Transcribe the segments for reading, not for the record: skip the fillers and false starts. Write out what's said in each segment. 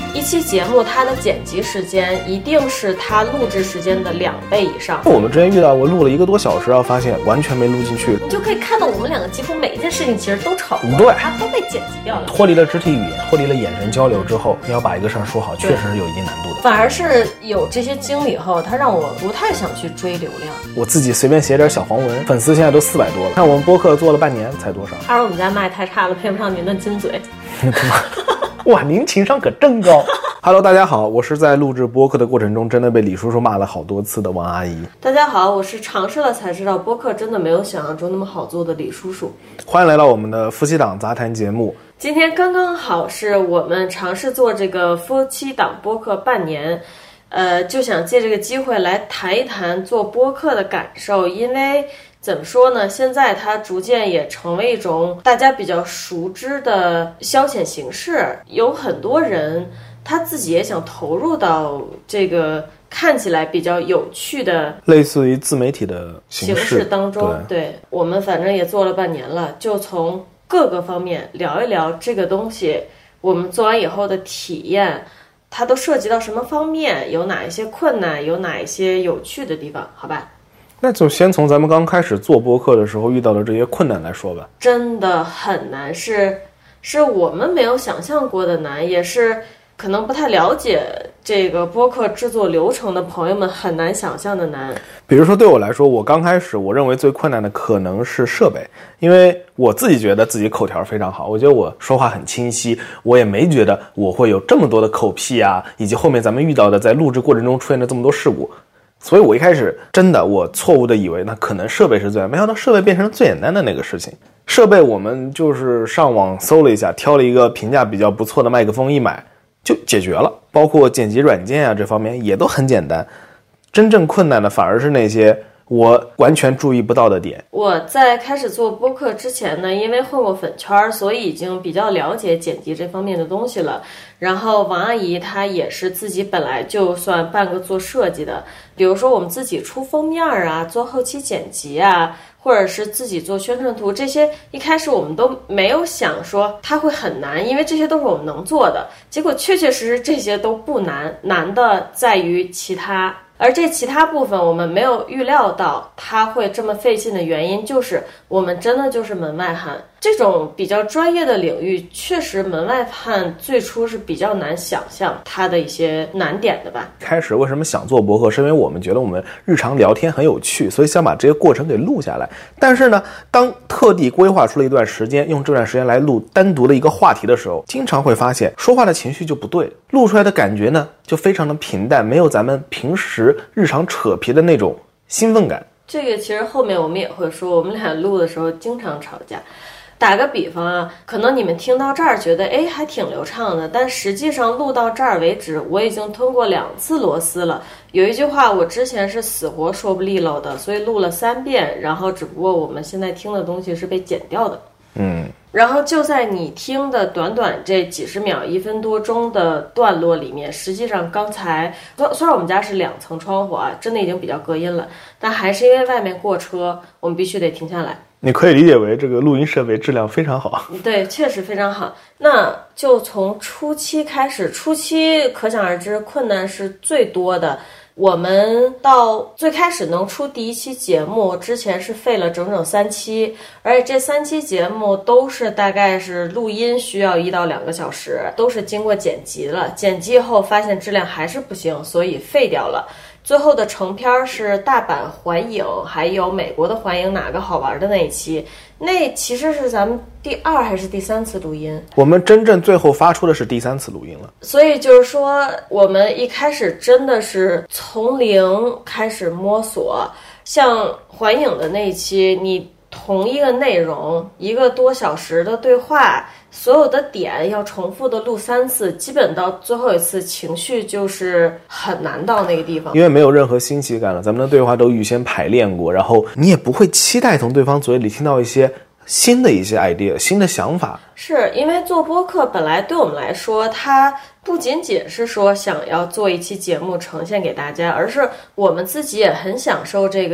一期节目它的剪辑时间一定是它录制时间的2倍以上。 我们之前遇到过录了1个多小时，然后发现完全没录进去， 你就可以看到我们2个几乎每一件事情其实都吵过， 对， 它都被剪辑掉了。 脱离了肢体语言，脱离了眼神交流之后，你要把一个事儿说好，确实是有一定难度的。 反而是有这些经历后，它让我不太想去追流量。 我自己随便写点小黄文，粉丝现在都400多了。看我们播客做了半年才多少？ 他说我们家卖太差了，配不上您的金嘴。 哇，您情商可真高。Hello， 大家好，我是在录制播客的过程中真的被李叔叔骂了好多次的王阿姨。 大家好，我是尝试了才知道播客真的没有想象中那么好做的李叔叔。 欢迎来到我们的夫妻档杂谈节目。 今天刚刚好是我们尝试做这个夫妻档播客半年，就想借这个机会来谈一谈做播客的感受，因为怎么说呢？现在它逐渐也成为一种大家比较熟知的消遣形式，有很多人他自己也想投入到这个看起来比较有趣的类似于自媒体的形式当中。对，我们反正也做了半年了，就从各个方面聊一聊这个东西，我们做完以后的体验，它都涉及到什么方面，有哪一些困难，有哪一些有趣的地方，好吧？ 那就先从咱们刚开始做播客的时候遇到的这些困难来说吧。 真的很难，是我们没有想象过的难，也是可能不太了解这个播客制作流程的朋友们很难想象的难。 比如说对我来说，我刚开始我认为最困难的可能是设备，因为我自己觉得自己口条非常好，我觉得我说话很清晰，我也没觉得我会有这么多的口癖啊，以及后面咱们遇到的在录制过程中出现的这么多事故。所以我一开始真的我错误的以为那可能设备是最难，没想到设备变成了最简单的那个事情。设备我们就是上网搜了一下，挑了一个评价比较不错的麦克风一买就解决了，包括剪辑软件啊这方面也都很简单。真正困难的反而是那些我完全注意不到的点。 我在开始做播客之前呢，因为混过粉圈，所以已经比较了解剪辑这方面的东西了。然后王阿姨她也是自己本来就算半个做设计的，比如说我们自己出封面啊，做后期剪辑啊，或者是自己做宣传图，这些一开始我们都没有想说它会很难，因为这些都是我们能做的。结果确确实实这些都不难，难的在于其他。而这其他部分我们没有预料到它会这么费劲的原因，就是我们真的就是门外汉。这种比较专业的领域，确实门外汉最初是比较难想象它的一些难点的吧。 开始为什么想做博客，是因为我们觉得我们日常聊天很有趣，所以想把这些过程给录下来。但是呢，当特地规划出了一段时间，用这段时间来录单独的一个话题的时候，经常会发现说话的情绪就不对，录出来的感觉呢就非常的平淡，没有咱们平时日常扯皮的那种兴奋感。 这个其实后面我们也会说，我们俩录的时候经常吵架。打个比方啊，可能你们听到这儿觉得还挺流畅的，但实际上录到这儿为止，我已经吞过2次螺丝了。有一句话我之前是死活说不利落的，所以录了3遍，然后只不过我们现在听的东西是被剪掉的。然后就在你听的短短这几十秒1分多钟的段落里面，实际上刚才虽然我们家是2层窗户啊，真的已经比较隔音了，但还是因为外面过车，我们必须得停下来。 你可以理解为这个录音设备质量非常好。 对，确实非常好。那就从初期开始，初期可想而知困难是最多的。我们到最开始能出第1期节目之前是费了整整3期，而且这3期节目都是大概是录音需要1到2个小时，都是经过剪辑了，剪辑后发现质量还是不行，所以废掉了。最后的成片是大阪环影还有美国的环影哪个好玩的那一期，那其实是咱们第2还是第3次录音， 我们真正最后发出的是第3次录音了。 所以就是说我们一开始真的是从零开始摸索。像环影的那一期，你同一个内容1个多小时的对话，所有的点要重复的录3次，基本到最后一次情绪就是很难到那个地方， 因为没有任何新奇感了，咱们的对话都预先排练过，然后你也不会期待从对方嘴里听到一些新的idea 新的想法。 是因为做播客本来对我们来说，它不仅仅是说想要做一期节目呈现给大家，而是我们自己也很享受这个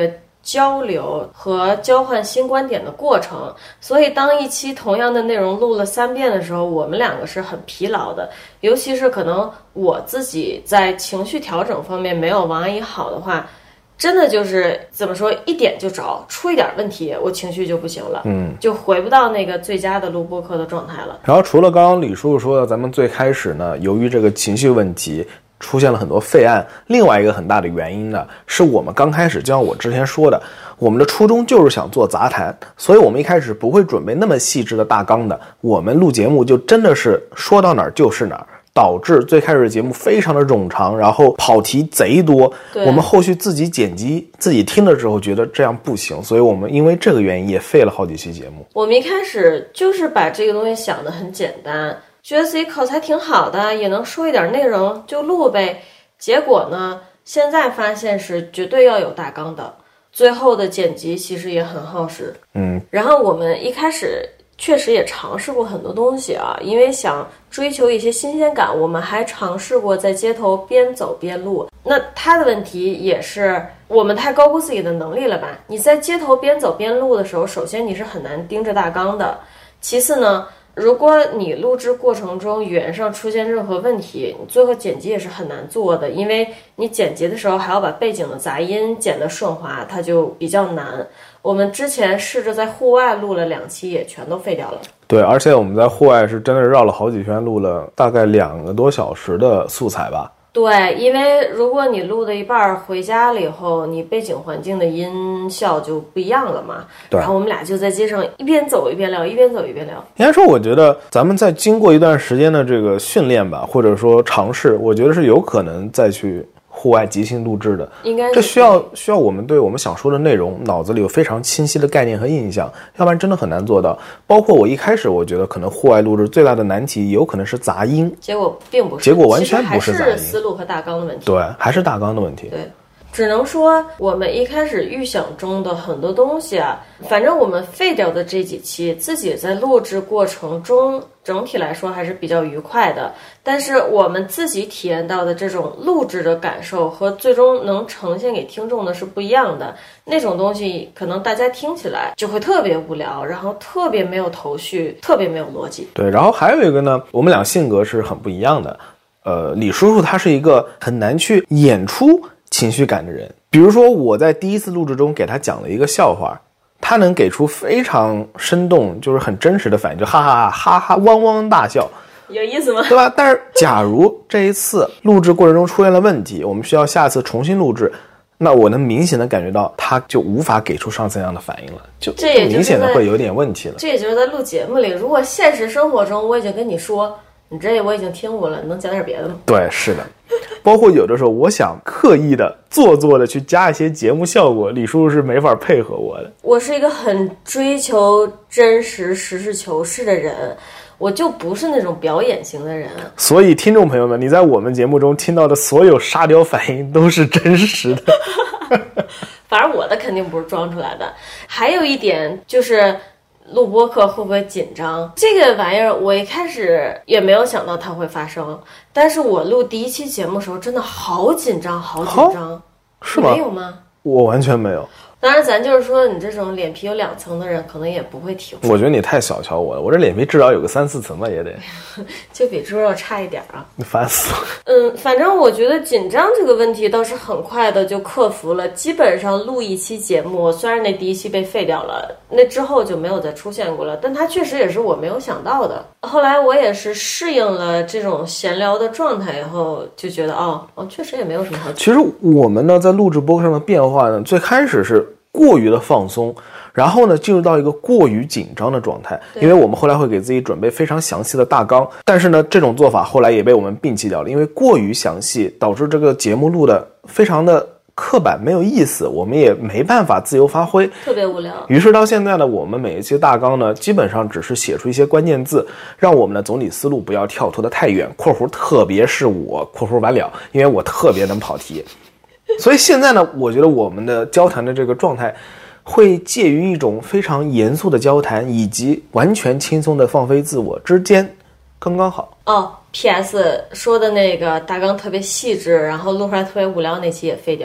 交流和交换新观点的过程，所以当一期同样的内容录了3遍的时候，我们2个是很疲劳的，尤其是可能我自己在情绪调整方面没有王阿姨好的话，真的就是怎么说，一点就着，出一点问题我情绪就不行了，就回不到那个最佳的录播课的状态了。 然后除了刚刚李叔叔说的，咱们最开始呢，由于这个情绪问题出现了很多废案，另外一个很大的原因呢，是我们刚开始就像我之前说的，我们的初衷就是想做杂谈，所以我们一开始不会准备那么细致的大纲的，我们录节目就真的是说到哪儿就是哪儿，导致最开始的节目非常的冗长，然后跑题贼多，我们后续自己剪辑自己听的时候觉得这样不行，所以我们因为这个原因也废了好几期节目。 我们一开始就是把这个东西想得很简单，觉得自己口才挺好的，也能说一点内容就录呗，结果呢现在发现是绝对要有大纲的，最后的剪辑其实也很耗时。然后我们一开始确实也尝试过很多东西啊，因为想追求一些新鲜感，我们还尝试过在街头边走边录。那他的问题也是我们太高估自己的能力了吧？你在街头边走边录的时候，首先你是很难盯着大纲的，其次呢，如果你录制过程中语言上出现任何问题，你最后剪辑也是很难做的，因为你剪辑的时候还要把背景的杂音剪得顺滑，它就比较难。我们之前试着在户外录了2期，也全都废掉了。 对，而且我们在户外是真的绕了好几圈，录了大概2个多小时的素材吧。 对，因为如果你录的一半回家了以后，你背景环境的音效就不一样了嘛。 对， 然后我们俩就在街上一边走一边聊，一边走一边聊。 应该说，我觉得咱们在经过一段时间的这个训练吧，或者说尝试，我觉得是有可能再去户外即兴录制的。 应该这需要我们对我们想说的内容脑子里有非常清晰的概念和印象，要不然真的很难做到。包括我一开始我觉得可能户外录制最大的难题有可能是杂音， 结果并不是， 结果完全不是杂音， 还是思路和大纲的问题。 对，还是大纲的问题。 对，只能说我们一开始预想中的很多东西啊，反正我们废掉的这几期自己在录制过程中整体来说还是比较愉快的，但是我们自己体验到的这种录制的感受和最终能呈现给听众的是不一样的。那种东西可能大家听起来就会特别无聊，然后特别没有头绪，特别没有逻辑。 对，然后还有一个呢，我们俩性格是很不一样的。李叔叔他是一个很难去演出情绪感的人，比如说我在第一次录制中给他讲了一个笑话，他能给出非常生动就是很真实的反应，就哈哈哈哈汪汪大笑， 有意思吗？ 对吧？但是假如这一次录制过程中出现了问题，我们需要下次重新录制，那我能明显的感觉到他就无法给出上次那样的反应了，就明显的会有点问题了。 这也就是在录节目里，如果现实生活中我已经跟你说你这我已经听过了，你能讲点别的吗？ 对，是的。包括有的时候我想刻意的做作的去加一些节目效果，李叔叔是没法配合我的。 我是一个很追求真实实事求是的人，我就不是那种表演型的人。 所以听众朋友们，你在我们节目中听到的所有沙雕反应都是真实的。 反正我的肯定不是装出来的。还有一点就是录播课会不会紧张，这个玩意儿我一开始也没有想到它会发生，但是我录第1期节目的时候真的好紧张好紧张。 是吗？ 你没有吗？ 我完全没有。 当然咱就是说你这种脸皮有2层的人可能也不会体会。 我觉得你太小瞧我了，我这脸皮至少有个3-4层吧也得。 就比猪肉差一点啊。 你烦死了。 反正我觉得紧张这个问题倒是很快的就克服了，基本上录1期节目，虽然那第1期被废掉了，那之后就没有再出现过了，但它确实也是我没有想到的。后来我也是适应了这种闲聊的状态以后，就觉得确实也没有什么好。 其实我们呢在录制播客上的变化呢，最开始是过于的放松，然后呢进入到一个过于紧张的状态，因为我们后来会给自己准备非常详细的大纲，但是呢这种做法后来也被我们摒弃掉了，因为过于详细导致这个节目录的非常的刻板没有意思，我们也没办法自由发挥， 特别无聊。 于是到现在呢，我们每一期大纲呢基本上只是写出一些关键字，让我们的总体思路不要跳脱的太远，括弧特别是我括弧完了，因为我特别能跑题。所以现在呢，我觉得我们的交谈的这个状态会介于一种非常严肃的交谈以及完全轻松的放飞自我之间，刚刚好。 PS 说的那个大纲特别细致，然后录出来特别无聊那期也废掉了。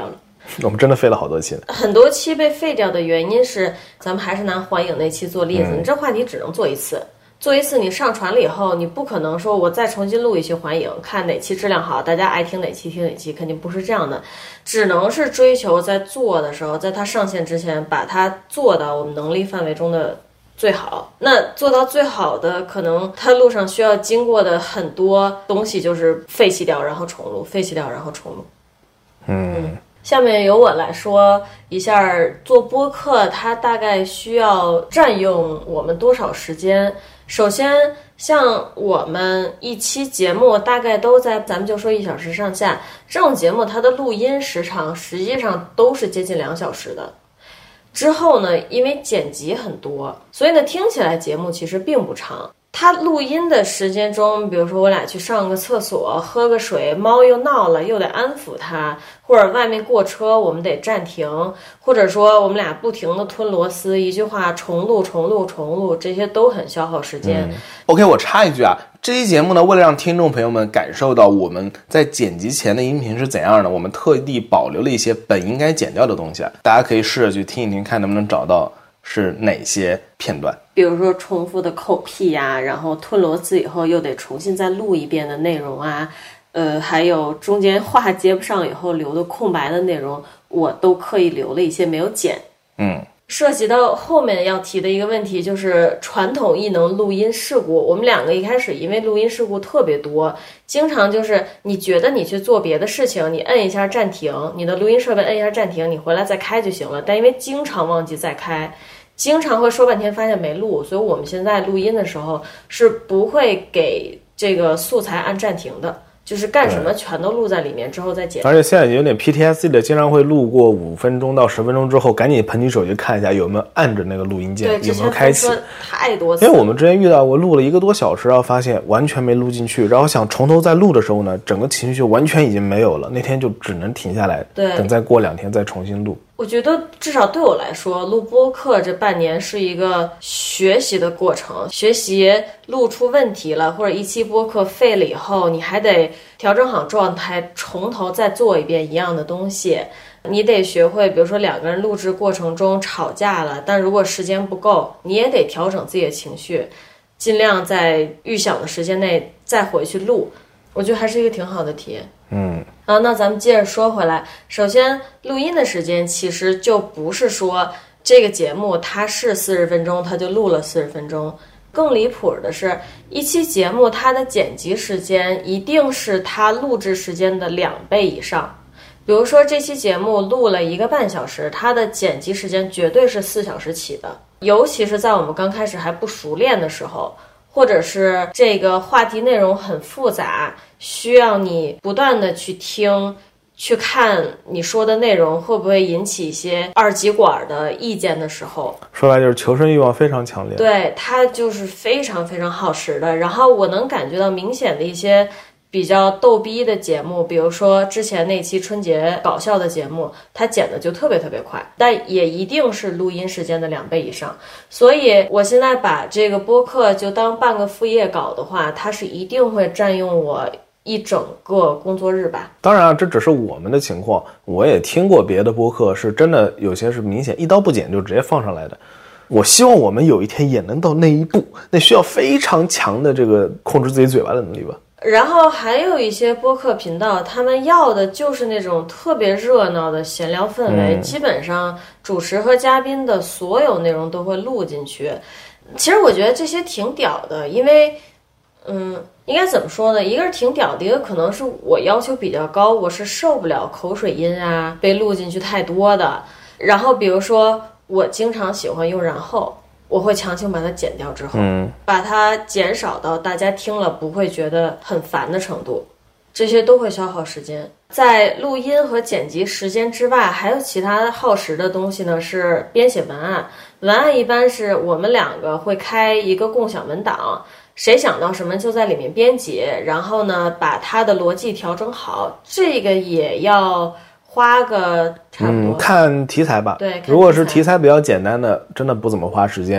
我们真的废了好多期呢。 很多期被废掉的原因是，咱们还是拿环影那期做例子，你这话题只能做一次。做一次你上传了以后，你不可能说我再重新录一期环影，看哪期质量好，大家爱听哪期听哪期，肯定不是这样的，只能是追求在做的时候，在它上线之前，把它做到我们能力范围中的最好。那做到最好的，可能它路上需要经过的很多东西就是废弃掉，然后重录，废弃掉，然后重录。下面由我来说一下做播客它大概需要占用我们多少时间。首先像我们一期节目大概都在，咱们就说1小时上下，这种节目它的录音时长实际上都是接近2小时的。之后呢，因为剪辑很多，所以呢听起来节目其实并不长。它录音的时间中，比如说我俩去上个厕所，喝个水，猫又闹了，又得安抚它，或者外面过车，我们得暂停，或者说我们俩不停地吞螺丝，一句话重录，这些都很消耗时间。 OK， 我插一句啊，这期节目呢，为了让听众朋友们感受到我们在剪辑前的音频是怎样的，我们特地保留了一些本应该剪掉的东西，大家可以试着去听一听，看能不能找到是哪些片段。 比如说重复的口屁呀，然后吞螺丝以后又得重新再录一遍的内容啊，还有中间话接不上以后留的空白的内容，我都刻意留了一些没有剪。涉及到后面要提的一个问题，就是传统艺能录音事故。我们两个一开始因为录音事故特别多，经常就是你觉得你去做别的事情，你摁一下暂停，你的录音设备摁一下暂停，你回来再开就行了，但因为经常忘记再开，经常会说半天发现没录，所以我们现在录音的时候是不会给这个素材按暂停的，就是干什么全都录在里面之后再剪。 而且现在有点 PTSD 的，经常会录过5分钟到10分钟之后，赶紧捧起手机看一下有没有按着那个录音键，有没有开启。 太多次， 因为我们之前遇到过录了1个多小时，然后发现完全没录进去，然后想从头再录的时候呢，整个情绪完全已经没有了，那天就只能停下来，等再过2天再重新录。 我觉得至少对我来说，录播客这半年是一个学习的过程，学习录出问题了，或者一期播客废了以后，你还得调整好状态，从头再做一遍一样的东西。你得学会，比如说2个人录制过程中吵架了，但如果时间不够，你也得调整自己的情绪，尽量在预想的时间内再回去录。我觉得还是一个挺好的体验。那咱们接着说回来，首先录音的时间其实就不是说这个节目它是40分钟，它就录了40分钟。更离谱的是，一期节目它的剪辑时间一定是它录制时间的2倍以上。比如说这期节目录了1个半小时，它的剪辑时间绝对是4小时起的。尤其是在我们刚开始还不熟练的时候，或者是这个话题内容很复杂，需要你不断的去听去看你说的内容会不会引起一些二极管的意见的时候， 说白就是求生欲望非常强烈。 对，它就是非常非常耗时的。然后我能感觉到明显的一些比较逗逼的节目，比如说之前那期春节搞笑的节目，它剪的就特别特别快，但也一定是录音时间的2倍以上。所以我现在把这个播客就当半个副业搞的话，它是一定会占用我一整个工作日吧。 当然这只是我们的情况，我也听过别的播客是真的有些是明显一刀不剪就直接放上来的。我希望我们有一天也能到那一步，那需要非常强的这个控制自己嘴巴的能力吧。 然后还有一些播客频道，他们要的就是那种特别热闹的闲聊氛围，基本上主持和嘉宾的所有内容都会录进去。其实我觉得这些挺屌的，因为应该怎么说呢，一个是挺屌的，一个可能是我要求比较高，我是受不了口水音啊被录进去太多的。然后比如说我经常喜欢用然后，我会强行把它剪掉之后，把它减少到大家听了不会觉得很烦的程度，这些都会消耗时间。在录音和剪辑时间之外，还有其他耗时的东西呢，是编写文案。文案一般是我们2个会开一个共享文档，谁想到什么就在里面编辑，然后呢把它的逻辑调整好，这个也要花个差不多看题材吧。 对， 如果是题材比较简单的，真的不怎么花时间。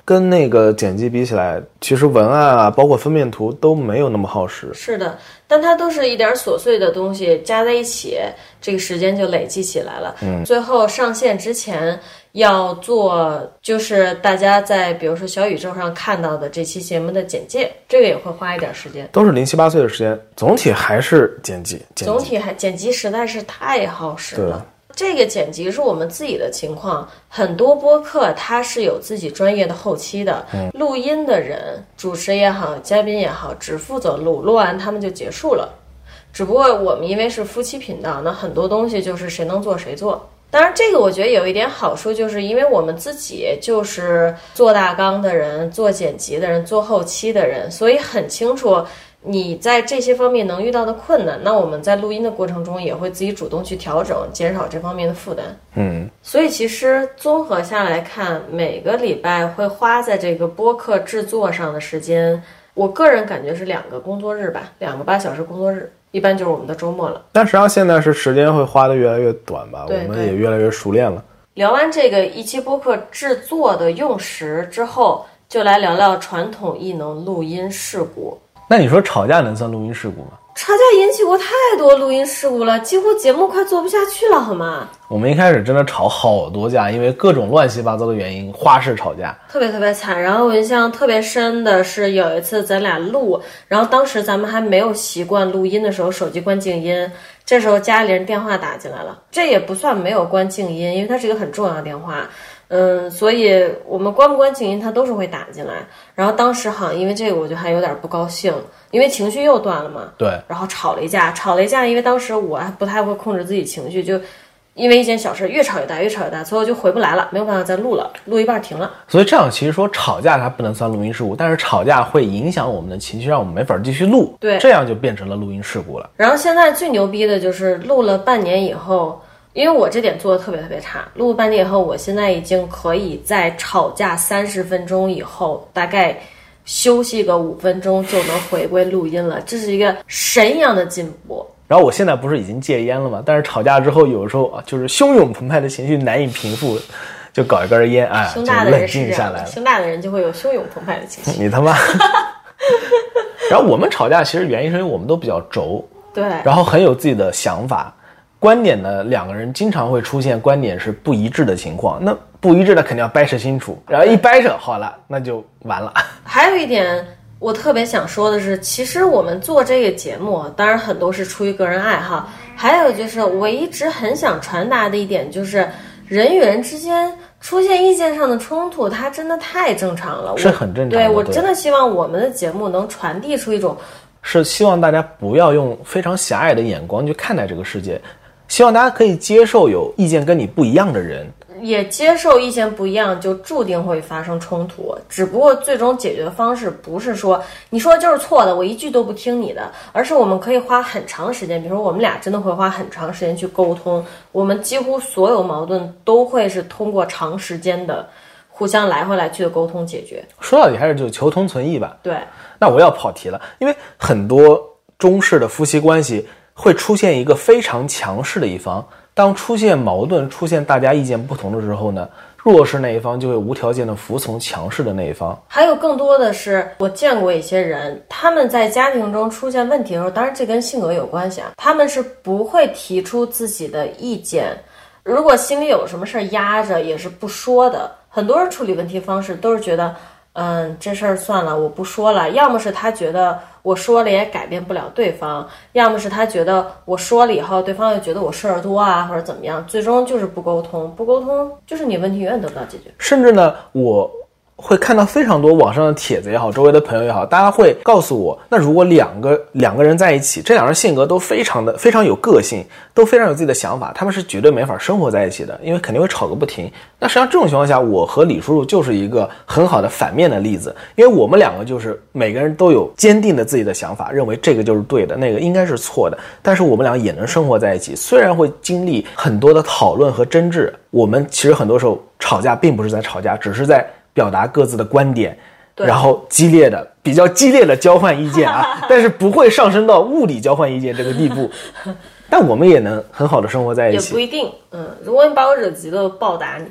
跟那个剪辑比起来，其实文案啊，包括分辨图都没有那么耗时。 是的，但它都是一点琐碎的东西加在一起，这个时间就累积起来了。最后上线之前要做，就是大家在比如说小宇宙上看到的这期节目的简介，这个也会花一点时间。 都是0、7、8岁的时间，总体还是剪辑。 总体还剪辑实在是太耗时了。这个剪辑是我们自己的情况，很多播客它是有自己专业的后期的，录音的人，主持也好，嘉宾也好，只负责录完他们就结束了。只不过我们因为是夫妻频道，那很多东西就是谁能做谁做。当然这个我觉得有一点好处，就是因为我们自己就是做大纲的人，做剪辑的人，做后期的人，所以很清楚你在这些方面能遇到的困难，那我们在录音的过程中也会自己主动去调整，减少这方面的负担。所以其实综合下来看，每个礼拜会花在这个播客制作上的时间，我个人感觉是2个工作日吧，2个8小时工作日，一般就是我们的周末了。 但实际上现在是时间会花得越来越短吧， 对， 我们也越来越熟练了。 聊完这个一期播客制作的用时之后，就来聊聊传统艺能录音事故。 那你说吵架能算录音事故吗？ 吵架引起过太多录音事故了，几乎节目快做不下去了，好吗？ 我们一开始真的吵好多架，因为各种乱七八糟的原因，花式吵架， 特别惨。然后我印象特别深的是有一次咱俩录，然后当时咱们还没有习惯录音的时候手机关静音，这时候家里人电话打进来了，这也不算没有关静音，因为它是一个很重要的电话。所以我们关不关静音它都是会打进来。然后当时好像因为这个我就还有点不高兴，因为情绪又断了嘛。 对， 然后吵了一架，因为当时我还不太会控制自己情绪，就因为一件小事越吵越大，所以我就回不来了，没有办法再录了，录一半停了。 所以这样其实说吵架它不能算录音事故，但是吵架会影响我们的情绪，让我们没法继续录。 对， 这样就变成了录音事故了。 然后现在最牛逼的就是录了半年以后，因为我这点做的特别差，录了半年以后，我现在已经可以在吵架30分钟以后，大概休息个5分钟就能回归录音了，这是一个神一样的进步。 然后我现在不是已经戒烟了吗？但是吵架之后，有时候就是汹涌澎湃的情绪难以平复，就搞一根烟，哎， 胸大的人是这样， 胸大的人就会有汹涌澎湃的情绪。 你他妈！然后我们吵架其实原因是因为我们都比较轴， 对， 然后很有自己的想法。观点呢，2个人经常会出现观点是不一致的情况，那不一致的肯定要掰扯清楚，然后一掰扯好了，那就完了。 还有一点我特别想说的是，其实我们做这个节目，当然很多是出于个人爱好，还有就是我一直很想传达的一点就是，人与人之间出现意见上的冲突，它真的太正常了， 是很正常的。 对，我真的希望我们的节目能传递出一种， 是希望大家不要用非常狭隘的眼光去看待这个世界，希望大家可以接受有意见跟你不一样的人， 也接受意见不一样就注定会发生冲突，只不过最终解决的方式不是说你说就是错的，我一句都不听你的，而是我们可以花很长的时间，比如说我们俩真的会花很长时间去沟通，我们几乎所有矛盾都会是通过长时间的互相来回来去的沟通解决。 说到底还是就求同存异吧。 对， 那我要跑题了，因为很多中式的夫妻关系会出现一个非常强势的一方，当出现矛盾，出现大家意见不同的时候呢，弱势那一方就会无条件的服从强势的那一方。 还有更多的是我见过一些人，他们在家庭中出现问题的时候，当然这跟性格有关系啊，他们是不会提出自己的意见，如果心里有什么事压着也是不说的。很多人处理问题方式都是觉得这事儿算了，我不说了，要么是他觉得我说了也改变不了对方，要么是他觉得我说了以后对方又觉得我事儿多啊，或者怎么样，最终就是不沟通就是你问题永远得不到解决。 甚至呢，我会看到非常多网上的帖子也好，周围的朋友也好，大家会告诉我，那如果两个人在一起，这2人性格都非常有个性，都非常有自己的想法，他们是绝对没法生活在一起的，因为肯定会吵个不停。那实际上这种情况下，我和李叔叔就是一个很好的反面的例子，因为我们2个就是每个人都有坚定的自己的想法，认为这个就是对的，那个应该是错的，但是我们俩也能生活在一起，虽然会经历很多的讨论和争执，我们其实很多时候吵架并不是在吵架，只是在表达各自的观点，然后比较激烈的交换意见啊，但是不会上升到物理交换意见这个地步。但我们也能很好的生活在一起。 也不一定，如果你把我惹急了，暴打你。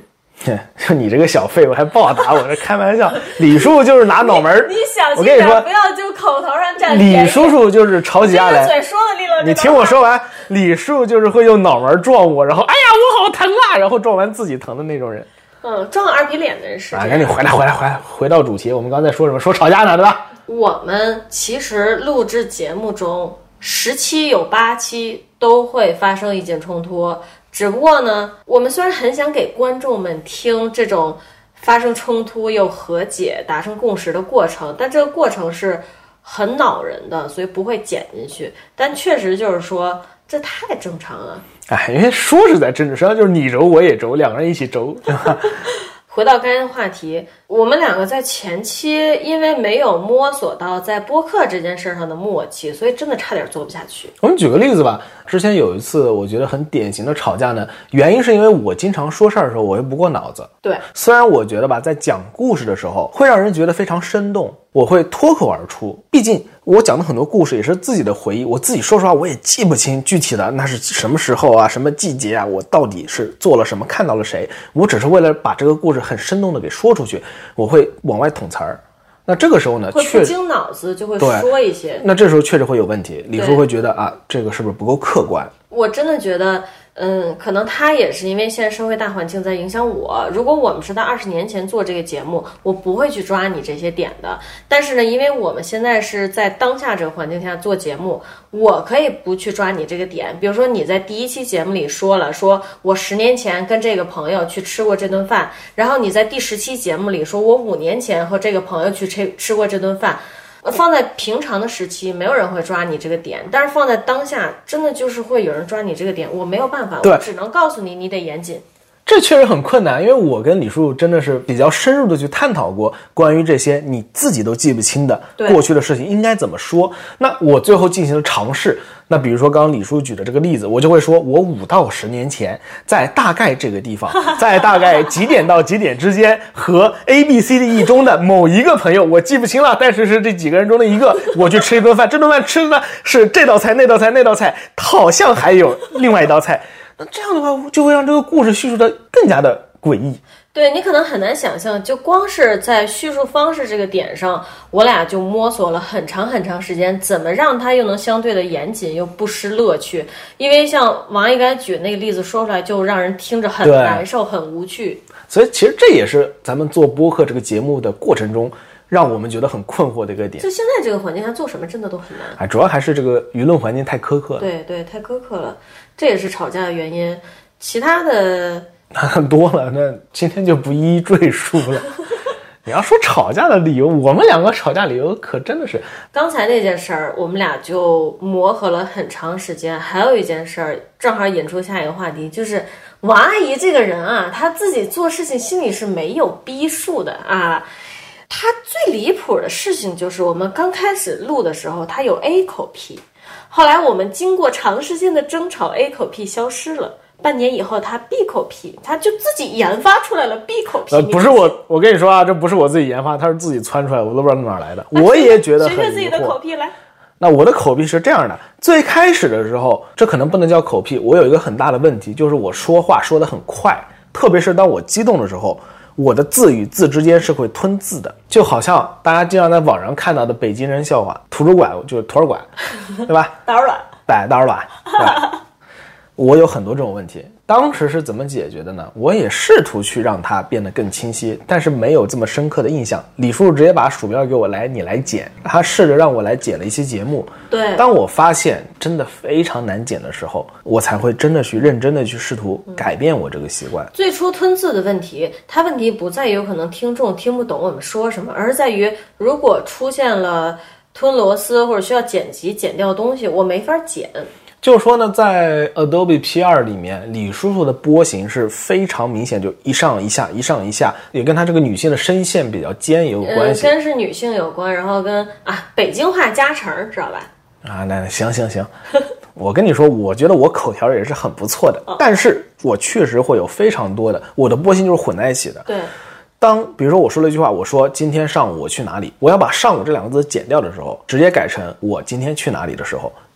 就你这个小废物还暴打我，这开玩笑。李叔叔就是拿脑门你小心点， 我跟你说， 不要就口头上占便宜。 李叔叔就是吵起架来， 嘴说的利落。 你听我说完，李叔叔就是会用脑门撞我，然后哎呀我好疼啊，然后撞完自己疼的那种人。 撞二皮脸的人是。 赶紧回到主题，我们刚才说什么？说吵架呢，对吧？ 我们其实录制节目中10期有8期都会发生意见冲突，只不过呢，我们虽然很想给观众们听这种发生冲突又和解达成共识的过程，但这个过程是很恼人的，所以不会剪进去。但确实就是说这太正常了。 因为说是在争执，实际上就是你揉我也揉，两个人一起揉，对吧？ 回到刚才的话题，我们两个在前期因为没有摸索到在播客这件事上的默契，所以真的差点做不下去。 我们举个例子吧，之前有一次我觉得很典型的吵架呢，原因是因为我经常说事儿的时候我又不过脑子。 对， 虽然我觉得吧，在讲故事的时候会让人觉得非常生动，我会脱口而出，毕竟我讲的很多故事也是自己的回忆，我自己说实话我也记不清具体的那是什么时候啊，什么季节啊，我到底是做了什么，看到了谁，我只是为了把这个故事很生动的给说出去，我会往外捅词儿。那这个时候呢， 会不经脑子就会说一些， 那这时候确实会有问题。李叔会觉得啊，这个是不是不够客观？ 我真的觉得可能他也是因为现在社会大环境在影响我。如果我们是在20年前做这个节目，我不会去抓你这些点的。但是呢，因为我们现在是在当下这个环境下做节目，我可以不去抓你这个点。比如说你在第1期节目里说我10年前跟这个朋友去吃过这顿饭，然后你在第10期节目里说我5年前和这个朋友去吃过这顿饭。放在平常的时期，没有人会抓你这个点，但是放在当下，真的就是会有人抓你这个点，我没有办法，我只能告诉你，你得严谨。 这确实很困难，因为我跟李叔真的是比较深入的去探讨过关于这些你自己都记不清的过去的事情应该怎么说。那我最后进行了尝试。那比如说刚刚李叔举的这个例子，我就会说我5到10年前在大概这个地方，在大概几点到几点之间和 ABCDE 中的某一个朋友，我记不清了，但是是这几个人中的一个，我去吃一顿饭，这顿饭吃的呢是这道菜那道菜那道菜，好像还有另外一道菜。那这样的话就会让这个故事叙述的更加的诡异。 对，你可能很难想象，就光是在叙述方式这个点上，我俩就摸索了很长很长时间，怎么让它又能相对的严谨又不失乐趣。因为像王一刚才举那个例子说出来，就让人听着很难受很无趣。 所以其实这也是咱们做播客这个节目的过程中让我们觉得很困惑的一个点。 就现在这个环境下做什么真的都很难。 主要还是这个舆论环境太苛刻了。 对，太苛刻了，这也是吵架的原因。其他的很多了，那今天就不一一赘述了。你要说吵架的理由，我们两个吵架理由可真的是， 刚才那件事儿我们俩就磨合了很长时间。还有一件事儿正好引出下一个话题，就是王阿姨这个人啊，她自己做事情心里是没有逼数的啊。她最离谱的事情就是我们刚开始录的时候她有 A 口癖，后来我们经过长时间的争吵 A 口癖消失了，半年以后他 B 口癖，他就自己研发出来了 B 口癖。 不是我跟你说啊，这不是我自己研发，他是自己窜出来，我都不知道哪来的。我也觉得很疑惑。 学学自己的口癖来。 那我的口癖是这样的，最开始的时候，这可能不能叫口癖，我有一个很大的问题，就是我说话说得很快，特别是当我激动的时候，我的字与字之间是会吞字的，就好像大家经常在网上看到的北京人笑话，图书馆就是图书馆，对吧？ 刀儿卵， 对，刀儿卵，对。我有很多这种问题，当时是怎么解决的呢？我也试图去让它变得更清晰，但是没有这么深刻的印象。李叔直接把鼠标给我来，你来剪。他试着让我来剪了一期节目。 对， 当我发现真的非常难剪的时候，我才会真的去认真的去试图改变我这个习惯。 最初吞字的问题，它问题不在于有可能听众听不懂我们说什么，而是在于如果出现了吞螺丝或者需要剪辑剪掉东西，我没法剪。 就是说呢，在 Adobe P2 里面，李叔叔的波形是非常明显，就一上一下，一上一下，也跟他这个女性的声线比较尖也有关系。 跟是女性有关，然后跟北京话加成，知道吧？ 那行，我跟你说，我觉得我口条也是很不错的，但是我确实会有非常多的，我的波形就是混在一起的。 对。 比如说我说了一句话，我说今天上午我去哪里，我要把上午这2个字剪掉的时候，直接改成我今天去哪里的时候，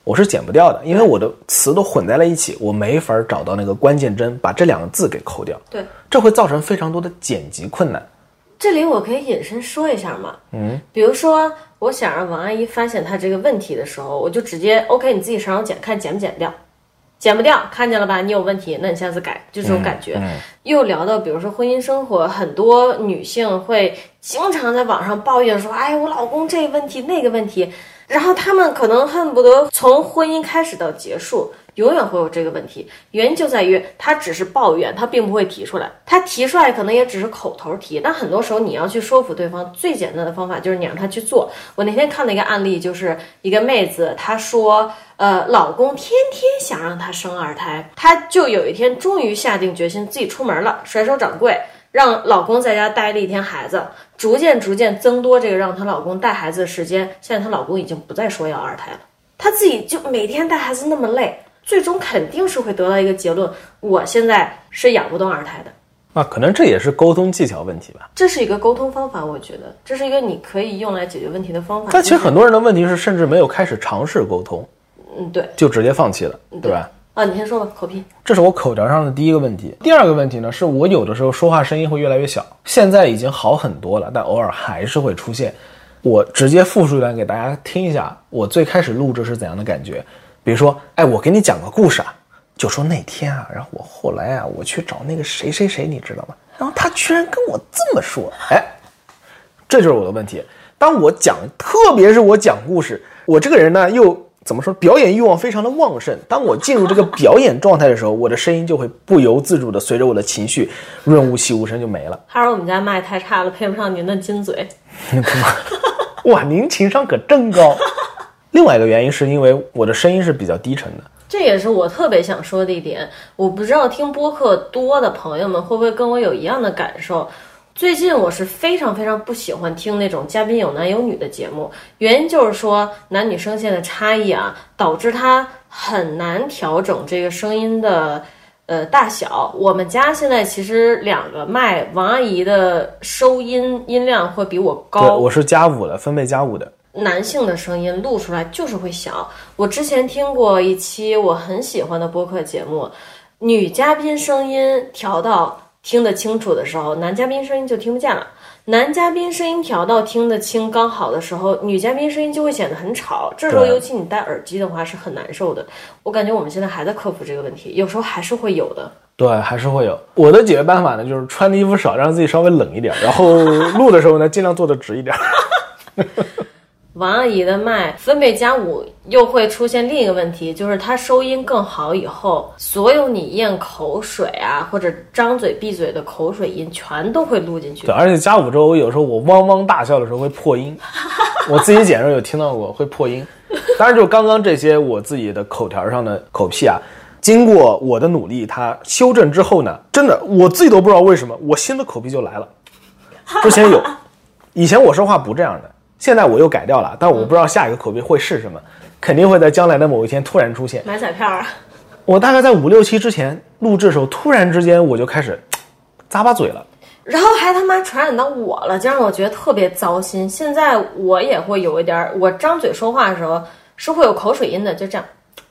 我是剪不掉的，因为我的词都混在了一起，我没法找到那个关键帧，把这2个字给抠掉。 对， 这会造成非常多的剪辑困难。 这里我可以引申说一下吗？比如说我想让王阿姨发现她这个问题的时候，我就直接 OK， 你自己上手剪，看剪不剪掉。剪不掉，看见了吧？你有问题，那你下次改，就这种感觉。又聊到，比如说婚姻生活，很多女性会经常在网上抱怨说：“哎，我老公这个问题那个问题。”然后他们可能恨不得从婚姻开始到结束，永远会有这个问题。原因就在于他只是抱怨，他并不会提出来。他提出来可能也只是口头提，但很多时候你要去说服对方，最简单的方法就是你让他去做。我那天看了一个案例，就是一个妹子，她说。老公天天想让她生2胎，她就有一天终于下定决心自己出门了，甩手掌柜，让老公在家带了1天孩子，逐渐增多这个让她老公带孩子的时间。现在她老公已经不再说要2胎了，她自己就每天带孩子那么累，最终肯定是会得到一个结论：我现在是养不动2胎的。 那可能这也是沟通技巧问题吧。 这是一个沟通方法，我觉得这是一个你可以用来解决问题的方法。 但其实很多人的问题是甚至没有开始尝试沟通。 对， 就直接放弃了，对吧？ 你先说吧，口癖。 这是我口条上的第一个问题。第二个问题呢，是我有的时候说话声音会越来越小，现在已经好很多了，但偶尔还是会出现。我直接复述一段给大家听一下，我最开始录制是怎样的感觉。比如说，我给你讲个故事啊，就说那天啊，然后我后来啊，我去找那个谁谁谁，你知道吗？然后他居然跟我这么说，这就是我的问题。当我讲，特别是我讲故事，我这个人呢又怎么说？表演欲望非常的旺盛。当我进入这个表演状态的时候，我的声音就会不由自主的随着我的情绪润物细无声就没了。 还是我们家麦太差了，配不上您的金嘴。 哇，您情商可真高。另外一个原因是因为我的声音是比较低沉的， 这也是我特别想说的一点。我不知道听播客多的朋友们会不会跟我有一样的感受。最近我是非常不喜欢听那种嘉宾有男有女的节目，原因就是说男女声线的差异啊，导致它很难调整这个声音的大小。我们家现在其实2个麦，王阿姨的收音音量会比我高。 对，我是加5的，分贝加5的。 男性的声音录出来就是会小。我之前听过一期我很喜欢的播客节目，女嘉宾声音调到听得清楚的时候，男嘉宾声音就听不见了。男嘉宾声音调到听得清刚好的时候，女嘉宾声音就会显得很吵。这时候尤其你戴耳机的话是很难受的。我感觉我们现在还在克服这个问题，有时候还是会有的。 对，还是会有。我的解决办法呢，就是穿的衣服少，让自己稍微冷一点，然后录的时候呢，尽量做得直一点。 王阿姨的麦分贝加5又会出现另一个问题，就是它收音更好以后，所有你咽口水啊或者张嘴闭嘴的口水音全都会录进去。 对，而且加5之后，有时候我汪汪大笑的时候会破音，我自己剪的时候有听到过会破音。当然，就刚刚这些我自己的口条上的口癖啊，经过我的努力，它修正之后呢，真的我自己都不知道为什么，我新的口癖就来了。之前有，以前我说话不这样的。现在我又改掉了，但我不知道下一个口碑会是什么，肯定会在将来的某一天突然出现。 买彩票啊！ 我大概在5、6期之前录制的时候，突然之间我就开始咂巴嘴了， 然后还他妈传染到我了，这让我觉得特别糟心。现在我也会有一点，我张嘴说话的时候是会有口水音的，就这样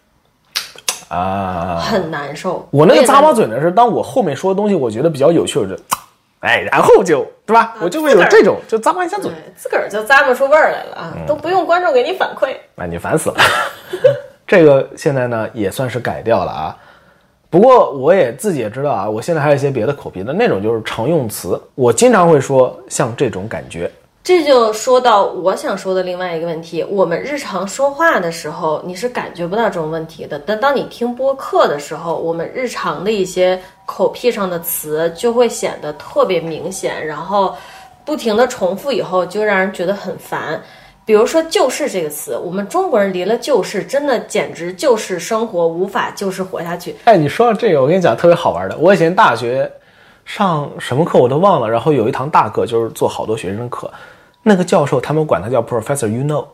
啊，很难受。 我那个咂巴嘴呢，是当我后面说的东西我觉得比较有趣的。然后就对吧？我就会有这种，就咂巴一下嘴， 自个儿就咂巴出味儿来了啊，都不用观众给你反馈。 那你烦死了。这个现在呢也算是改掉了啊。不过我也自己也知道啊，我现在还有一些别的口癖的那种，就是常用词，我经常会说像这种感觉。 这就说到我想说的另外一个问题，我们日常说话的时候你是感觉不到这种问题的，但当你听播客的时候，我们日常的一些口癖上的词就会显得特别明显，然后不停的重复以后就让人觉得很烦。比如说就是这个词，我们中国人离了就是真的简直就是生活无法就是活下去。 你说到这个我跟你讲特别好玩的，我以前大学上什么课我都忘了，然后有一堂大课就是做好多学生课，那个教授他们管他叫 Professor You Know。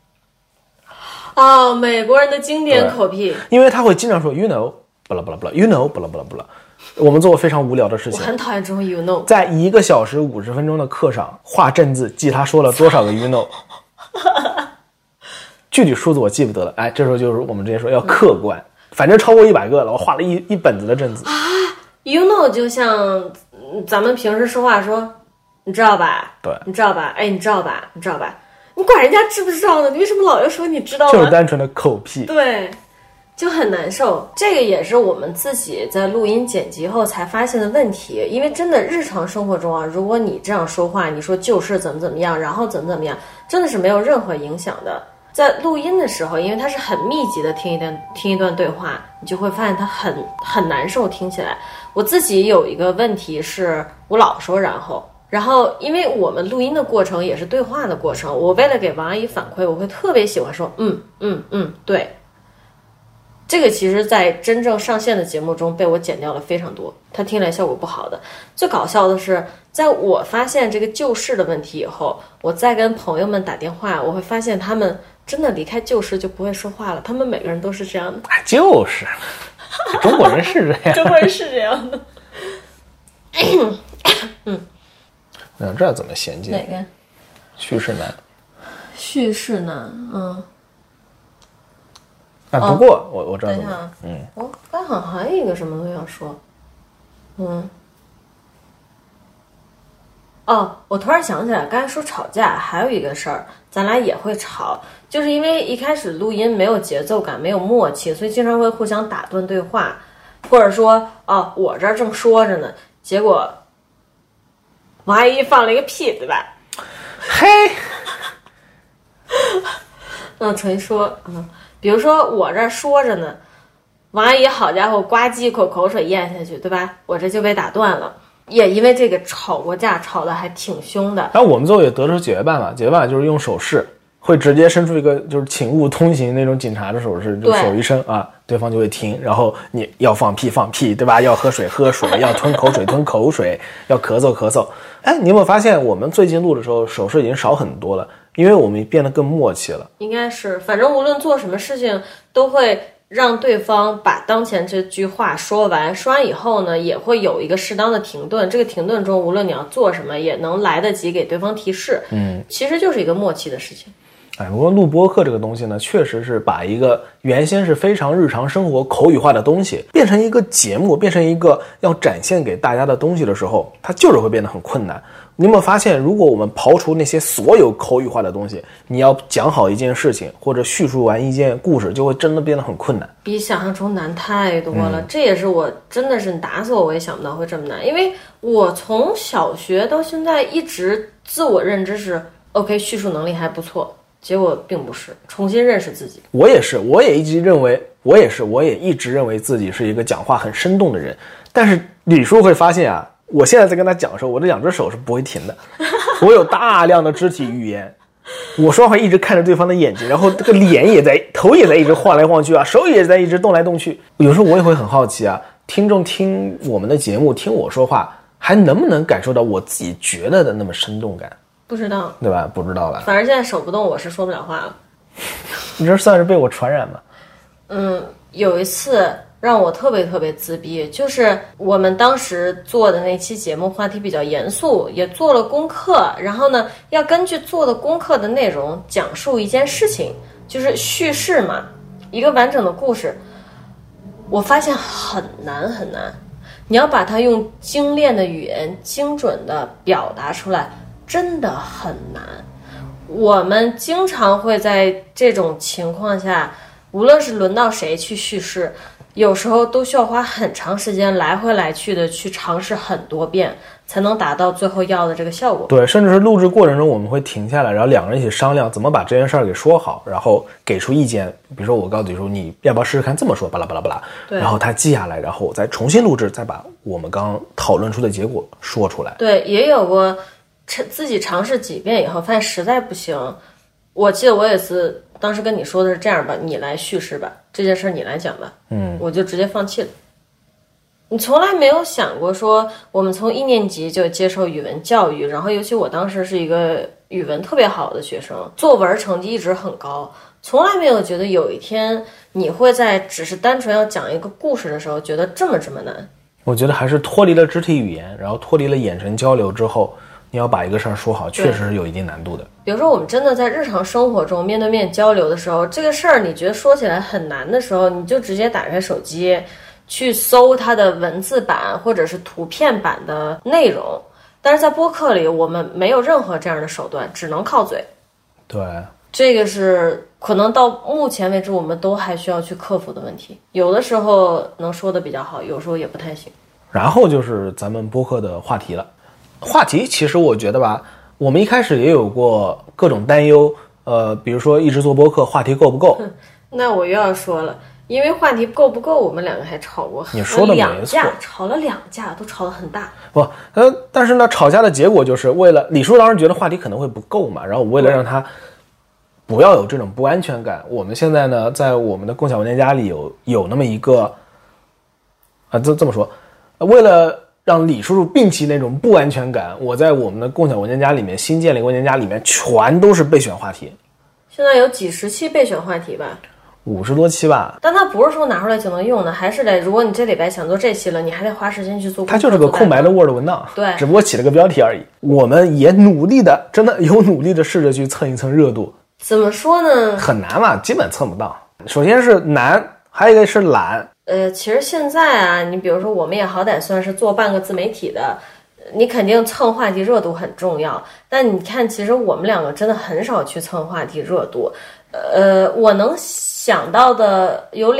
美国人的经典口癖， 因为他会经常说 You know 不啦不啦不啦 You know 不啦不啦不啦。我们做过非常无聊的事情， 我很讨厌这种 You know。 在1个小时50分钟的课上画正字，记他说了多少个 You know。 具体数字我记不得了。哎，这时候就是我们之前说要客观，反正超过100个了，我画了一本子的阵子。 You know， 就像咱们平时说话说，你知道吧？ 对， 你知道吧？哎，你知道吧？你知道吧？你管人家知不知道呢？你为什么老要说你知道吗？ 就是单纯的口癖。 对，就很难受。这个也是我们自己在录音剪辑后才发现的问题。因为真的日常生活中啊，如果你这样说话，你说就是怎么样，然后怎么样，真的是没有任何影响的。在录音的时候，因为它是很密集的听一段对话，你就会发现它很难受，听起来。我自己有一个问题是，我老说然后因为我们录音的过程也是对话的过程，我为了给王阿姨反馈，我会特别喜欢说对。这个其实在真正上线的节目中被我剪掉了非常多，它听起来效果不好的。最搞笑的是，在我发现这个旧事的问题以后，我再跟朋友们打电话，我会发现他们真的离开旧事就不会说话了，他们每个人都是这样的。 就是中国人是这样。 中国人是这样的。 那这怎么衔接？ 哪个？ 叙事难。 叙事难， 不过我知道怎么。 我刚好还有一个什么东西要说。我突然想起来，刚才说吵架还有一个事儿，咱俩也会吵，就是因为一开始录音没有节奏感，没有默契，所以经常会互相打断对话，或者说我这儿正说着呢，结果王阿姨放了一个屁，对吧？ 嘿， 重新说，比如说我这儿说着呢，王阿姨好家伙呱唧一口口水咽下去，对吧？我这就被打断了。也因为这个吵过架，吵得还挺凶的。 然后我们最后也得出解决办法，解决办法就是用手势，会直接伸出一个就是请勿通行那种警察的手势，就手一伸啊，对方就会停。然后你要放屁放屁，对吧？要喝水喝水，要吞口水吞口水，要咳嗽咳嗽。哎，你有没有发现我们最近录的时候手势已经少很多了？因为我们变得更默契了。应该是，反正无论做什么事情都会让对方把当前这句话说完，说完以后呢，也会有一个适当的停顿。这个停顿中，无论你要做什么，也能来得及给对方提示。其实就是一个默契的事情。 不过录播课这个东西呢，确实是把一个原先是非常日常生活口语化的东西，变成一个节目，变成一个要展现给大家的东西的时候，它就是会变得很困难。你有没有发现，如果我们刨除那些所有口语化的东西，你要讲好一件事情或者叙述完一件故事，就会真的变得很困难， 比想象中难太多了。这也是我真的是打死我也想不到会这么难，因为我从小学到现在一直自我认知是 OK， 叙述能力还不错，结果并不是。重新认识自己， 我也一直认为自己是一个讲话很生动的人，但是李叔会发现啊，我现在在跟他讲的时候，我这两只手是不会停的，我有大量的肢体语言，我说话一直看着对方的眼睛，然后这个脸也在，头也在一直晃来晃去啊，手也在一直动来动去。有时候我也会很好奇啊，听众听我们的节目，听我说话，还能不能感受到我自己觉得的那么生动感？ 不知道， 对吧？不知道吧？ 反正现在手不动，我是说不了话了。 你这算是被我传染吗？ 有一次让我特别自闭，就是我们当时做的那期节目话题比较严肃，也做了功课，然后呢要根据做的功课的内容讲述一件事情，就是叙事嘛，一个完整的故事。我发现很难，你要把它用精炼的语言精准的表达出来，真的很难。我们经常会在这种情况下，无论是轮到谁去叙事，有时候都需要花很长时间来回来去的去尝试很多遍，才能达到最后要的这个效果。对， 甚至是录制过程中我们会停下来，然后两个人一起商量怎么把这件事儿给说好，然后给出意见。比如说我告诉你说你要不要试试看这么说，巴拉巴拉巴拉，然后他记下来，然后我再重新录制，再把我们刚讨论出的结果说出来。 对，也有过自己尝试几遍以后发现实在不行。我记得我有一次当时跟你说的是这样吧，你来叙事吧，这件事你来讲吧，我就直接放弃了。你从来没有想过说我们从1年级就接受语文教育，然后尤其我当时是一个语文特别好的学生，作文成绩一直很高，从来没有觉得有一天你会在只是单纯要讲一个故事的时候觉得这么难。 我觉得还是脱离了肢体语言，然后脱离了眼神交流之后， 你要把一个事儿说好，确实是有一定难度的。 比如说我们真的在日常生活中面对面交流的时候，这个事儿你觉得说起来很难的时候，你就直接打开手机去搜它的文字版或者是图片版的内容。但是在播客里我们没有任何这样的手段，只能靠嘴。 对， 这个是可能到目前为止我们都还需要去克服的问题，有的时候能说的比较好，有时候也不太行。 然后就是咱们播客的话题了。话题其实我觉得吧，我们一开始也有过各种担忧，比如说一直做播客话题够不够。 那我又要说了，因为话题够不够我们两个还吵过你说的没错， 吵了2架，都吵得很大。 不，但是呢，吵架的结果就是为了李叔当时觉得话题可能会不够嘛，然后为了让他不要有这种不安全感，我们现在呢在我们的共享文件夹里有那么一个这么说，为了让李叔叔摒弃那种不安全感，我在我们的共享文件夹里面新建了一个文件夹，里面全都是备选话题。 现在有几十期备选话题吧 ，50多期吧。 但它不是说拿出来就能用的，还是得，如果你这礼拜想做这期了，你还得花时间去做。 它就是个空白的 Word 文档， 对， 只不过起了个标题而已。我们也努力的，真的有努力的试着去蹭一蹭热度。 怎么说呢？ 很难嘛，基本蹭不到。首先是难，还有一个是懒。 其实现在啊，你比如说我们也好歹算是做半个自媒体的，你肯定蹭话题热度很重要。但你看，其实我们两个真的很少去蹭话题热度。我能想到的有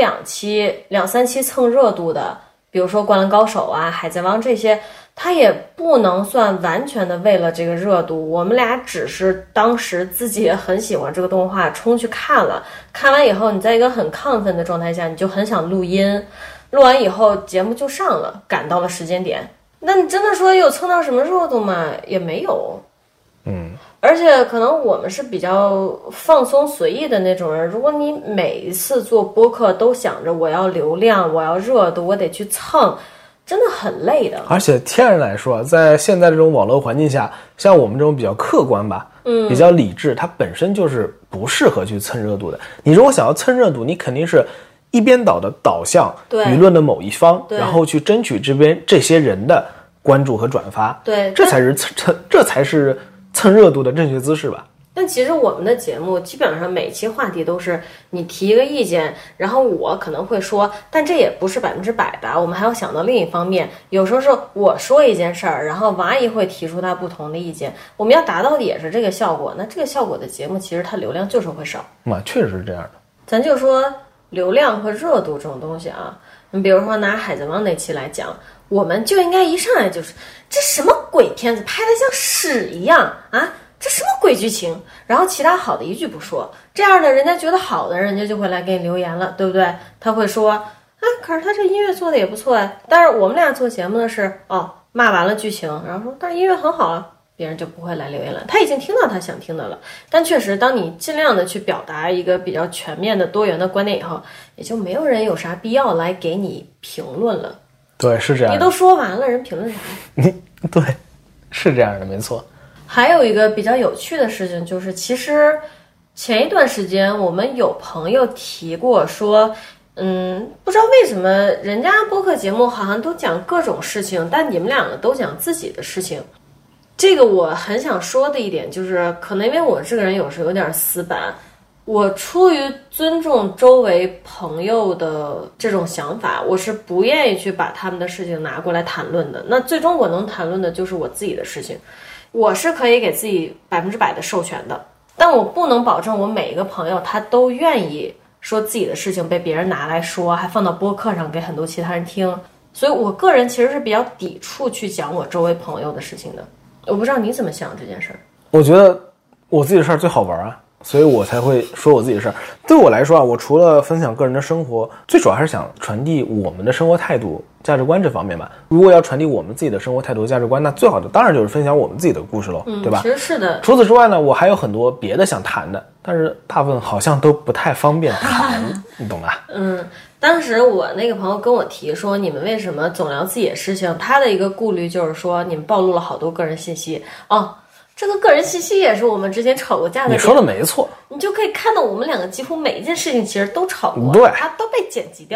2、3期蹭热度的，比如说《灌篮高手》啊、《海贼王》这些，它也不能算完全的为了这个热度。我们俩只是当时自己也很喜欢这个动画，冲去看了。看完以后，你在一个很亢奋的状态下，你就很想录音。录完以后，节目就上了，赶到了时间点。那你真的说有蹭到什么热度吗？也没有。而且可能我们是比较放松随意的那种人，如果你每一次做播客都想着我要流量，我要热度，我得去蹭，真的很累的。 而且天然来说，在现在这种网络环境下，像我们这种比较客观吧，比较理智，它本身就是不适合去蹭热度的。你如果想要蹭热度，你肯定是一边倒的导向舆论的某一方，然后去争取这些人的关注和转发， 对， 这才是蹭热度的正确姿势吧。 但其实我们的节目基本上每期话题都是你提一个意见，然后我可能会说，但这也不是100%的，我们还要想到另一方面。有时候是我说一件事儿，然后王阿姨会提出她不同的意见，我们要达到的也是这个效果。那这个效果的节目其实它流量就是会少。 确实是这样的。 咱就说流量和热度这种东西啊，你比如说拿《海贼王》那期来讲，我们就应该一上来就是这什么鬼片子，拍得像屎一样啊！这什么鬼剧情？然后其他好的一句不说，这样的人家觉得好的，人家就会来给你留言了，对不对？他会说，可是他这音乐做的也不错啊。但是我们俩做节目的是，骂完了剧情，然后说，但是音乐很好啊，别人就不会来留言了。他已经听到他想听的了。但确实，当你尽量的去表达一个比较全面的、多元的观点以后，也就没有人有啥必要来给你评论了。 对，是这样的。 你都说完了，人评论啥？ 对，是这样的，没错。 还有一个比较有趣的事情就是，其实前一段时间我们有朋友提过说，不知道为什么人家播客节目好像都讲各种事情，但你们两个都讲自己的事情。这个我很想说的一点就是，可能因为我这个人有时候有点死板，我出于尊重周围朋友的这种想法，我是不愿意去把他们的事情拿过来谈论的。那最终我能谈论的就是我自己的事情。我是可以给自己100%的授权的，但我不能保证我每一个朋友他都愿意说自己的事情被别人拿来说，还放到播客上给很多其他人听。所以我个人其实是比较抵触去讲我周围朋友的事情的。我不知道你怎么想这件事儿。 我觉得我自己的事儿最好玩啊，所以我才会说我自己的事儿。对我来说啊，我除了分享个人的生活，最主要还是想传递我们的生活态度、价值观这方面吧。如果要传递我们自己的生活态度、价值观，那最好的当然就是分享我们自己的故事喽，对吧？ 其实是的。 除此之外呢，我还有很多别的想谈的，但是大部分好像都不太方便谈，你懂吧？ 当时我那个朋友跟我提说，你们为什么总聊自己的事情？他的一个顾虑就是说，你们暴露了好多个人信息这个个人信息也是我们之前吵过架的点。 你说的没错， 你就可以看到我们两个几乎每一件事情其实都吵过， 对， 它都被剪辑掉了。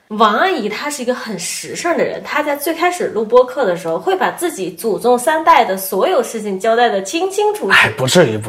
王阿姨她是一个很实诚的人，她在最开始录播客的时候，会把自己祖宗3代的所有事情交代的清清楚楚。 哎，不至于。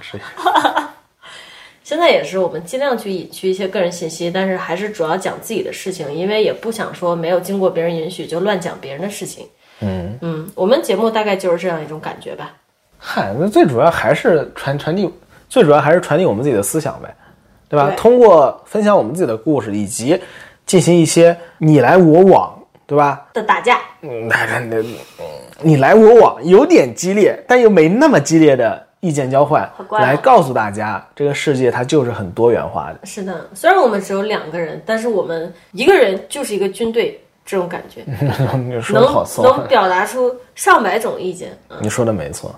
现在也是我们尽量去隐去一些个人信息，但是还是主要讲自己的事情，因为也不想说没有经过别人允许就乱讲别人的事情。我们节目大概就是这样一种感觉吧。 嗨，那最主要还是传递，最主要还是传递我们自己的思想呗，对吧？ 对， 通过分享我们自己的故事，以及进行一些你来我往，对吧？ 的打架， 你来我往，有点激烈，但又没那么激烈的意见交换，来告诉大家，这个世界它就是很多元化的。 是的，虽然我们只有2个人，但是我们一个人就是一个军队，这种感觉， 你说的好骚， 能表达出上百种意见。 你说的没错。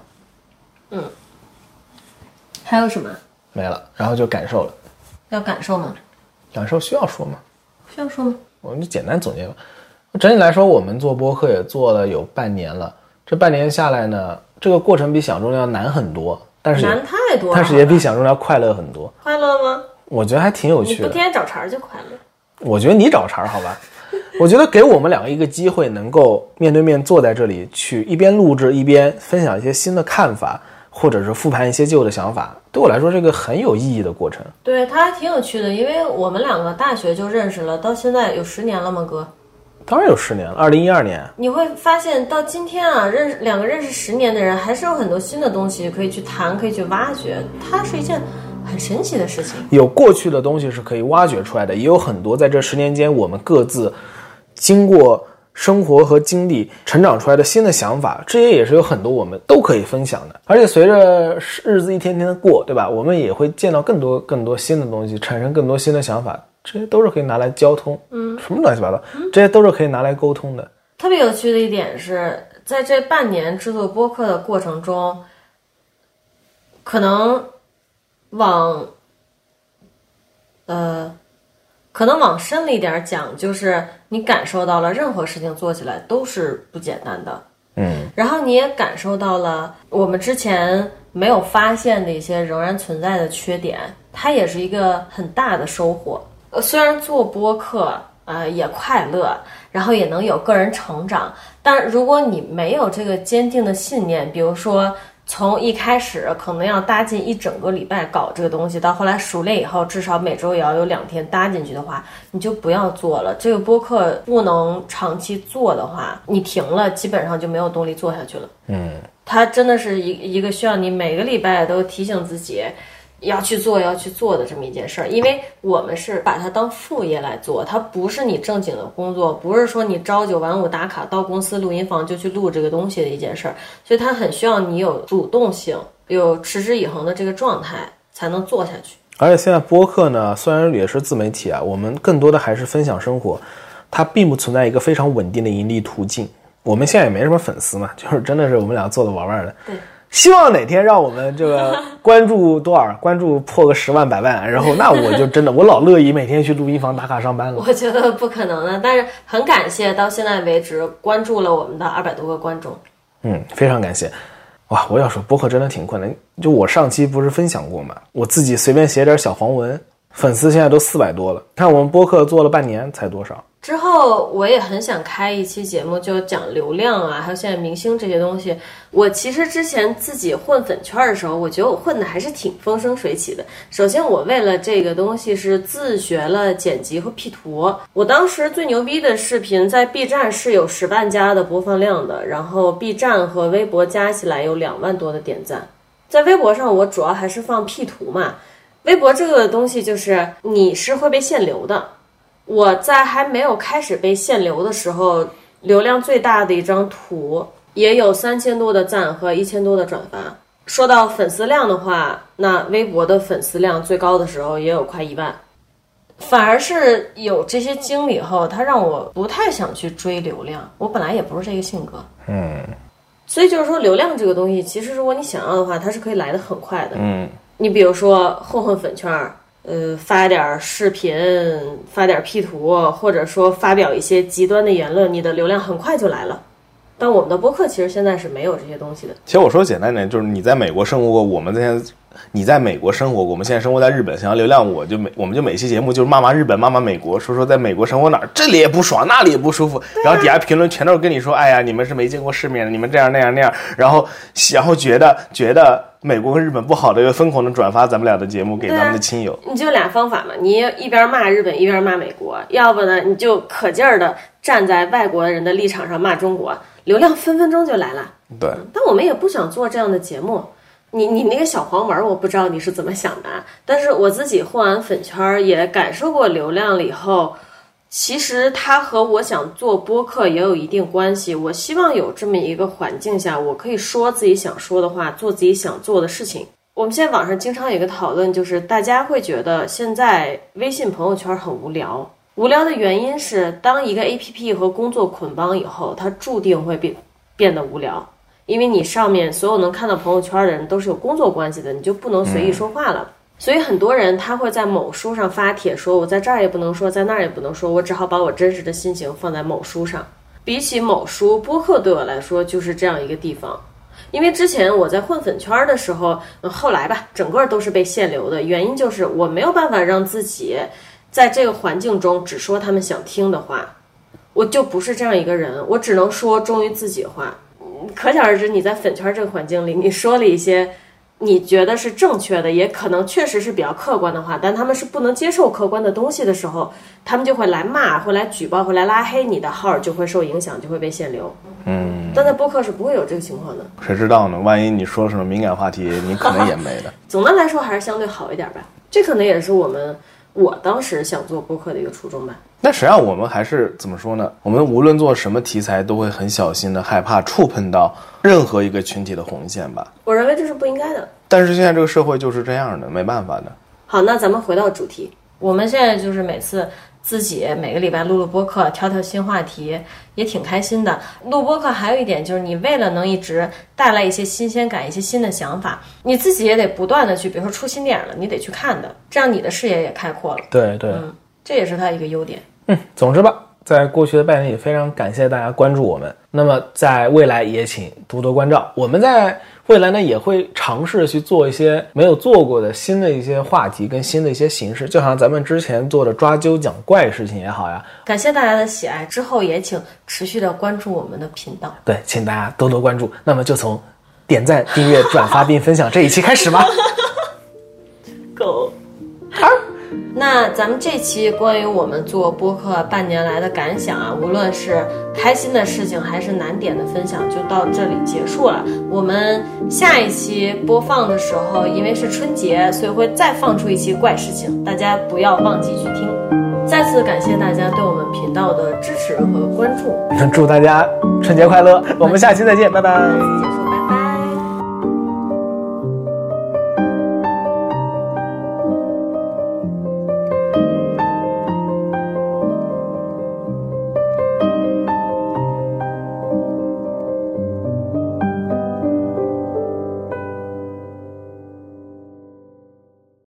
还有什么没了？然后就感受了。 要感受吗？ 感受需要说吗？ 需要说吗？ 我们就简单总结吧。整体来说，我们做播客也做了有半年了。这半年下来呢，这个过程比想中的要难很多，但是难太多了， 但是也比想中的要快乐很多。 快乐吗？ 我觉得还挺有趣的。 你不天天找茬就快乐。 我觉得你找茬好吧。我觉得给我们2个一个机会，能够面对面坐在这里，去一边录制一边分享一些新的看法，或者是复盘一些旧的想法，对我来说是一个很有意义的过程。 对，它还挺有趣的，因为我们2个大学就认识了，到现在有10年了吗，哥？ 当然有10年了，2012年。 你会发现到今天啊，2个认识10年的人，还是有很多新的东西可以去谈，可以去挖掘，它是一件很神奇的事情。 有过去的东西是可以挖掘出来的，也有很多在这10年间我们各自经过生活和经历成长出来的新的想法，这些也是有很多我们都可以分享的。而且随着日子一天天的过，对吧？我们也会见到更多新的东西，产生更多新的想法，这些都是可以拿来交通，什么乱七八糟，这些都是可以拿来沟通的。 特别有趣的一点是，在这半年制作播客的过程中，可能往深了一点讲，就是你感受到了任何事情做起来都是不简单的，然后你也感受到了我们之前没有发现的一些仍然存在的缺点，它也是一个很大的收获。虽然做播客也快乐，然后也能有个人成长，但如果你没有这个坚定的信念，比如说从一开始可能要搭进1整个礼拜搞这个东西，到后来熟练以后至少每周也要有2天搭进去的话，你就不要做了。这个播客不能长期做的话，你停了基本上就没有动力做下去了。它真的是一个需要你每个礼拜都提醒自己要去做的这么一件事儿，因为我们是把它当副业来做，它不是你正经的工作，不是说你朝9晚5打卡到公司录音房就去录这个东西的一件事儿，所以它很需要你有主动性，有持之以恒的这个状态才能做下去。 而且现在播客呢，虽然也是自媒体啊，我们更多的还是分享生活，它并不存在一个非常稳定的盈利途径。我们现在也没什么粉丝嘛，就是真的是我们俩做的玩玩的。 对。 希望哪天让我们这个关注多少，关注破个10万100万，然后那我就真的我老乐意每天去录音房打卡上班了。 我觉得不可能的，但是很感谢到现在为止关注了我们的200多个观众。 非常感谢。哇，我要说播客真的挺困难，就我上期不是分享过嘛，我自己随便写点小黄文，粉丝现在都400多了。看我们播客做了半年才多少。 之后我也很想开一期节目，就讲流量啊，还有现在明星这些东西。我其实之前自己混粉圈的时候，我觉得我混的还是挺风生水起的。首先我为了这个东西是自学了剪辑和 P 图，我当时最牛逼的视频在 B 站是有10万加的播放量的，然后 B 站和微博加起来有2万多的点赞。在微博上我主要还是放 P 图嘛，微博这个东西就是你是会被限流的。我在还没有开始被限流的时候，流量最大的一张图也有3000多的赞和1000多的转发。说到粉丝量的话，那微博的粉丝量最高的时候也有快1万。反而是有这些经历后，它让我不太想去追流量，我本来也不是这个性格。所以就是说流量这个东西，其实如果你想要的话，它是可以来得很快的。你比如说混粉圈，发点视频，发点 P 图，或者说发表一些极端的言论，你的流量很快就来了。但我们的播客其实现在是没有这些东西的。 其实我说简单点，就是你在美国生活过，我们这些你在美国生活，我们现在生活在日本，想要流量，我们就每期节目就是骂骂日本，骂骂美国，说在美国生活哪儿这里也不爽，那里也不舒服，然后底下评论全都是跟你说，哎呀，你们是没见过世面的，你们这样那样那样，然后觉得美国跟日本不好的，又疯狂的转发咱们俩的节目给咱们的亲友。 你就俩方法嘛，你一边骂日本一边骂美国，要不呢你就可劲儿的站在外国人的立场上骂中国，流量分分钟就来了。 对， 但我们也不想做这样的节目。你那个小黄文我不知道你是怎么想的，但是我自己混完粉圈也感受过流量了以后，其实它和我想做播客也有一定关系。我希望有这么一个环境下，我可以说自己想说的话，做自己想做的事情。我们现在网上经常有一个讨论，就是大家会觉得现在微信朋友圈很无聊。无聊的原因是，当一个 APP 和工作捆绑以后，它注定会变得无聊。因为你上面所有能看到朋友圈的人都是有工作关系的，你就不能随意说话了。所以很多人他会在某书上发帖说，我在这儿也不能说，在那儿也不能说，我只好把我真实的心情放在某书上。比起某书，播客对我来说就是这样一个地方。因为之前我在混粉圈的时候，后来吧，整个都是被限流的，原因就是我没有办法让自己在这个环境中只说他们想听的话，我就不是这样一个人，我只能说忠于自己的话。可想而知，你在粉圈这个环境里，你说了一些你觉得是正确的，也可能确实是比较客观的话，但他们是不能接受客观的东西的时候，他们就会来骂，会来举报，会来拉黑，你的号就会受影响，就会被限流。但在播客是不会有这个情况的。 谁知道呢？万一你说了什么敏感话题，你可能也没了。 总的来说还是相对好一点吧，这可能也是我当时想做播客的一个初衷吧。 但实际上我们还是怎么说呢？我们无论做什么题材，都会很小心的，害怕触碰到任何一个群体的红线吧。 我认为这是不应该的。 但是现在这个社会就是这样的，没办法的。 好，那咱们回到主题，我们现在就是每次自己每个礼拜录播客，挑新话题，也挺开心的。录播客还有一点就是，你为了能一直带来一些新鲜感，一些新的想法，你自己也得不断的去，比如说出新电影了，你得去看的，这样你的视野也开阔了。 对， 这也是它一个优点。 总之吧，在过去的半年也非常感谢大家关注我们。那么在未来也请多多关照。我们在未来呢也会尝试去做一些没有做过的新的一些话题跟新的一些形式，就好像咱们之前做的抓阄讲怪事情也好呀。 感谢大家的喜爱，之后也请持续的关注我们的频道。 对，请大家多多关注。那么就从点赞、订阅、转发并分享这一期开始吧。 够。那咱们这期关于我们做播客半年来的感想啊，无论是开心的事情还是难点的分享，就到这里结束了。我们下一期播放的时候，因为是春节，所以会再放出一期怪事情，大家不要忘记去听。再次感谢大家对我们频道的支持和关注， 祝大家春节快乐，我们下期再见，拜拜。 结束。